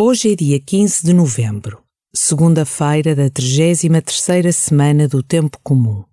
Hoje é dia 15 de novembro, segunda-feira da 33ª semana do Tempo Comum.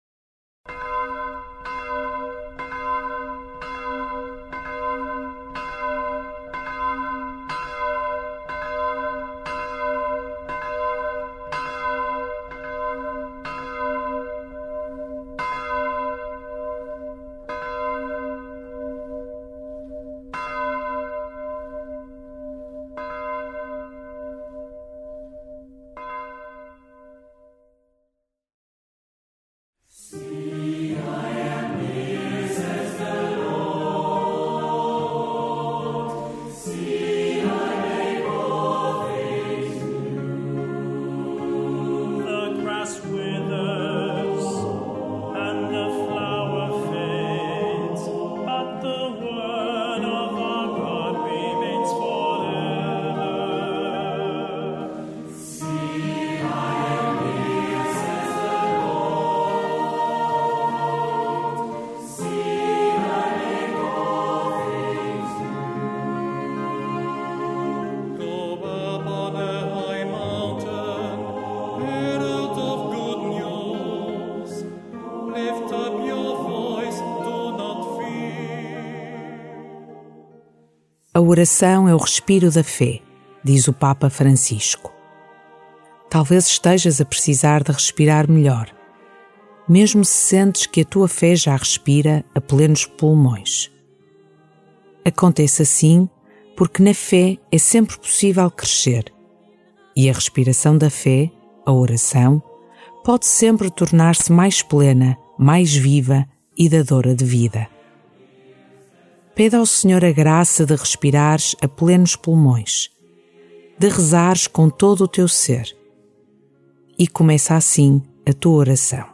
A oração é o respiro da fé, diz o Papa Francisco. Talvez estejas a precisar de respirar melhor, mesmo se sentes que a tua fé já respira a plenos pulmões. Acontece assim porque na fé é sempre possível crescer, e a respiração da fé, a oração, pode sempre tornar-se mais plena, mais viva e dadora de vida. Pede ao Senhor a graça de respirares a plenos pulmões, de rezares com todo o teu ser. E começa assim a tua oração.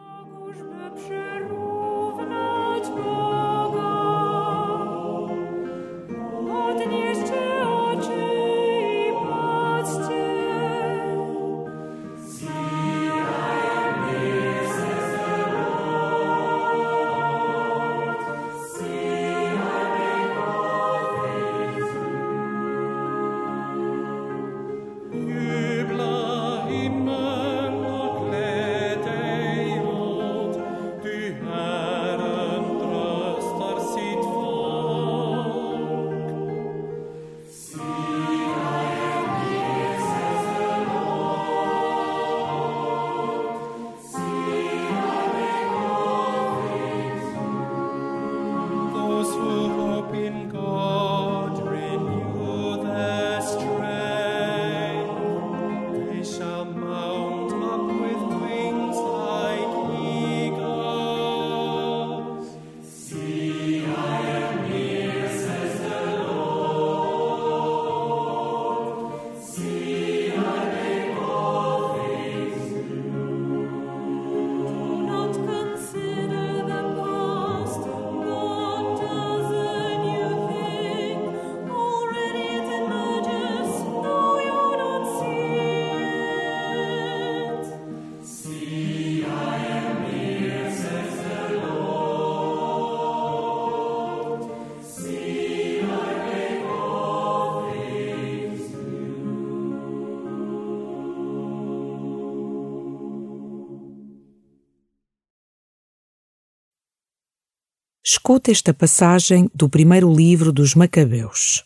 Escuta esta passagem do primeiro livro dos Macabeus.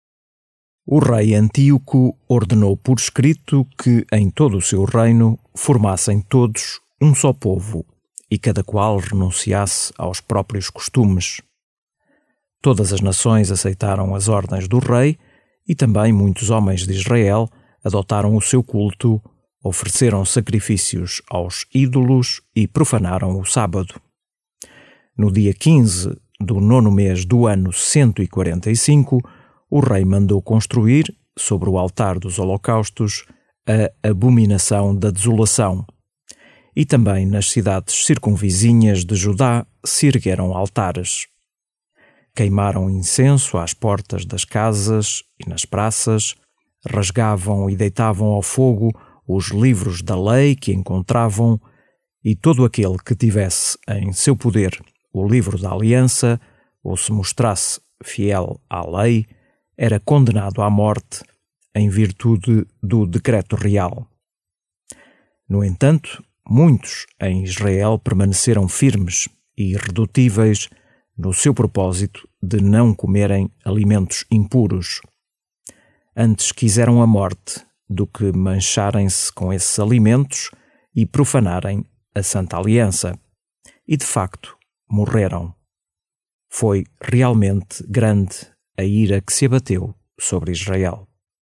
O rei Antíoco ordenou por escrito que, em todo o seu reino, formassem todos um só povo, e cada qual renunciasse aos próprios costumes. Todas as nações aceitaram as ordens do rei, e também muitos homens de Israel adotaram o seu culto, ofereceram sacrifícios aos ídolos e profanaram o sábado. No dia 15 do 9º mês do ano 145, o rei mandou construir, sobre o altar dos holocaustos, a abominação da desolação. E também nas cidades circunvizinhas de Judá se ergueram altares. Queimaram incenso às portas das casas e nas praças, rasgavam e deitavam ao fogo os livros da lei que encontravam, e todo aquele que tivesse em seu poder o livro da aliança, ou se mostrasse fiel à lei, era condenado à morte, em virtude do decreto real. No entanto, muitos em Israel permaneceram firmes e irredutíveis no seu propósito de não comerem alimentos impuros. Antes quiseram a morte do que mancharem-se com esses alimentos e profanarem a Santa Aliança. E, de facto, morreram. Foi realmente grande a ira que se abateu sobre Israel.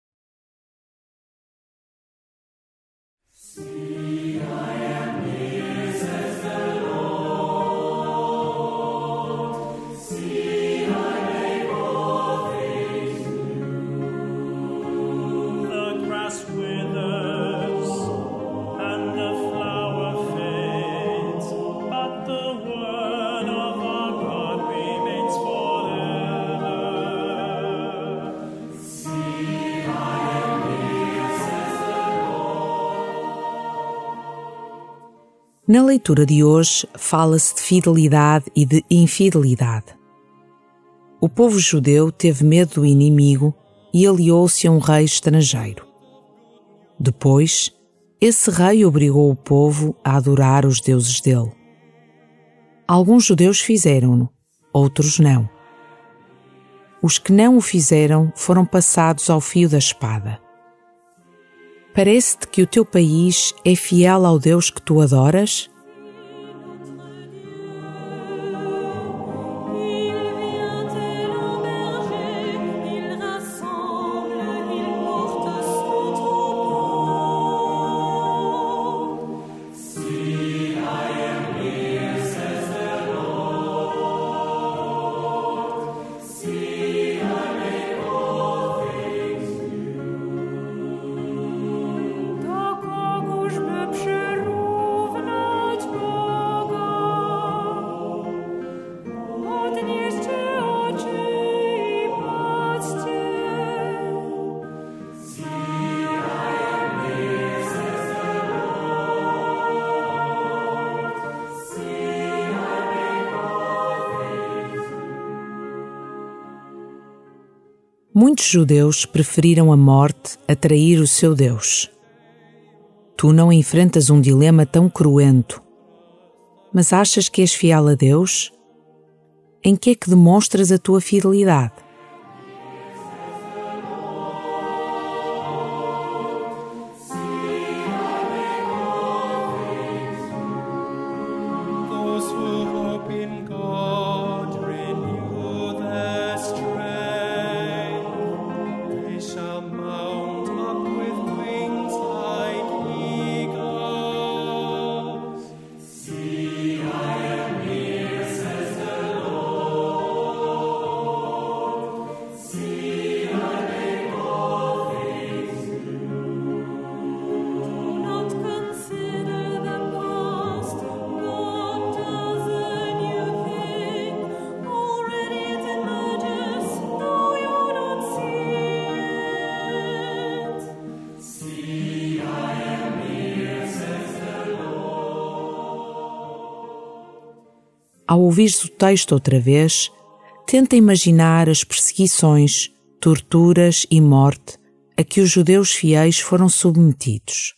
Na leitura de hoje, fala-se de fidelidade e de infidelidade. O povo judeu teve medo do inimigo e aliou-se a um rei estrangeiro. Depois, esse rei obrigou o povo a adorar os deuses dele. Alguns judeus fizeram-no, outros não. Os que não o fizeram foram passados ao fio da espada. Parece-te que o teu país é fiel ao Deus que tu adoras? Muitos judeus preferiram a morte a trair o seu Deus. Tu não enfrentas um dilema tão cruento, mas achas que és fiel a Deus? Em que é que demonstras a tua fidelidade? Ao ouvires o texto outra vez, tenta imaginar as perseguições, torturas e morte a que os judeus fiéis foram submetidos.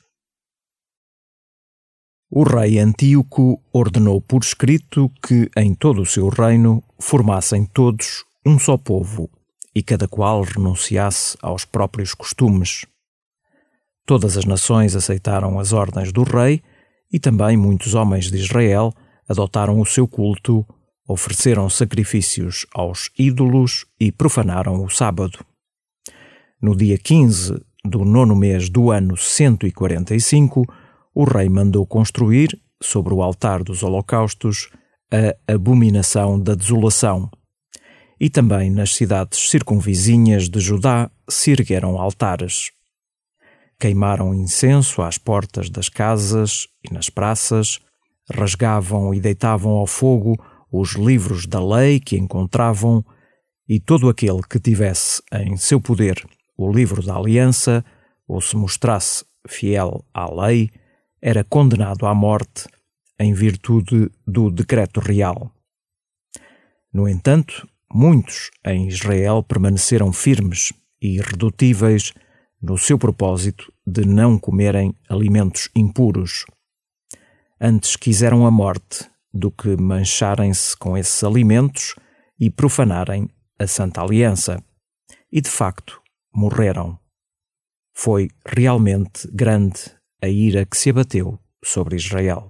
O rei Antíoco ordenou por escrito que, em todo o seu reino, formassem todos um só povo e cada qual renunciasse aos próprios costumes. Todas as nações aceitaram as ordens do rei e também muitos homens de Israel adotaram o seu culto, ofereceram sacrifícios aos ídolos e profanaram o sábado. No dia 15 do 9º mês do ano 145, o rei mandou construir, sobre o altar dos holocaustos, a abominação da desolação. E também nas cidades circunvizinhas de Judá se ergueram altares. Queimaram incenso às portas das casas e nas praças, rasgavam e deitavam ao fogo os livros da lei que encontravam, e todo aquele que tivesse em seu poder o livro da aliança, ou se mostrasse fiel à lei, era condenado à morte em virtude do decreto real. No entanto, muitos em Israel permaneceram firmes e irredutíveis no seu propósito de não comerem alimentos impuros. Antes quiseram a morte do que mancharem-se com esses alimentos e profanarem a Santa Aliança. E, de facto, morreram. Foi realmente grande a ira que se abateu sobre Israel.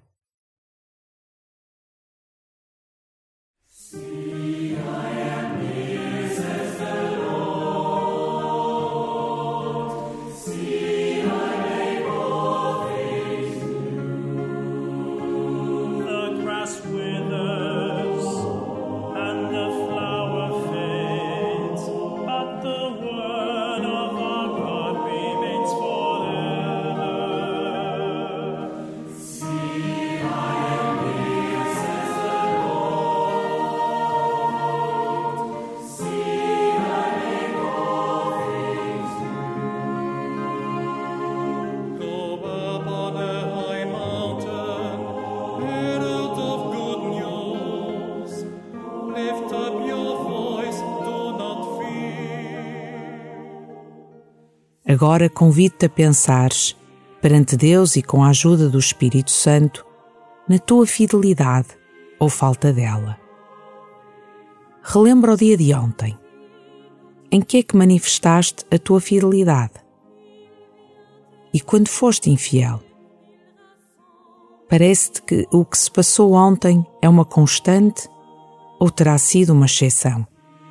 Agora convido-te a pensares, perante Deus e com a ajuda do Espírito Santo, na tua fidelidade ou falta dela. Relembra o dia de ontem. Em que é que manifestaste a tua fidelidade? E quando foste infiel? Parece-te que o que se passou ontem é uma constante ou terá sido uma exceção?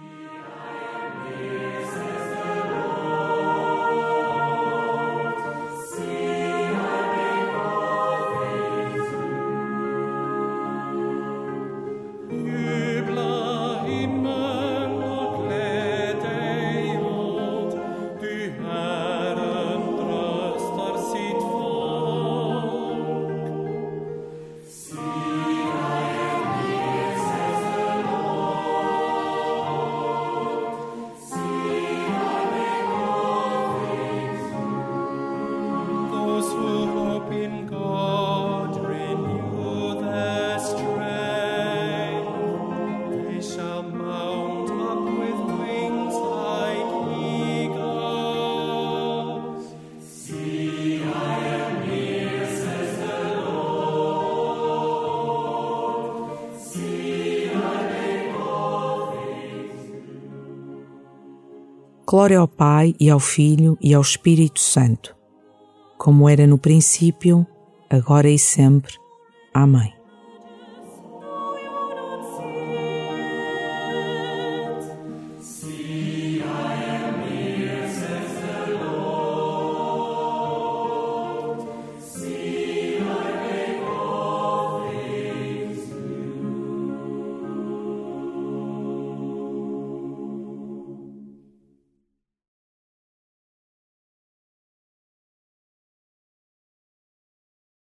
Glória ao Pai, e ao Filho, e ao Espírito Santo, como era no princípio, agora e sempre. Amém.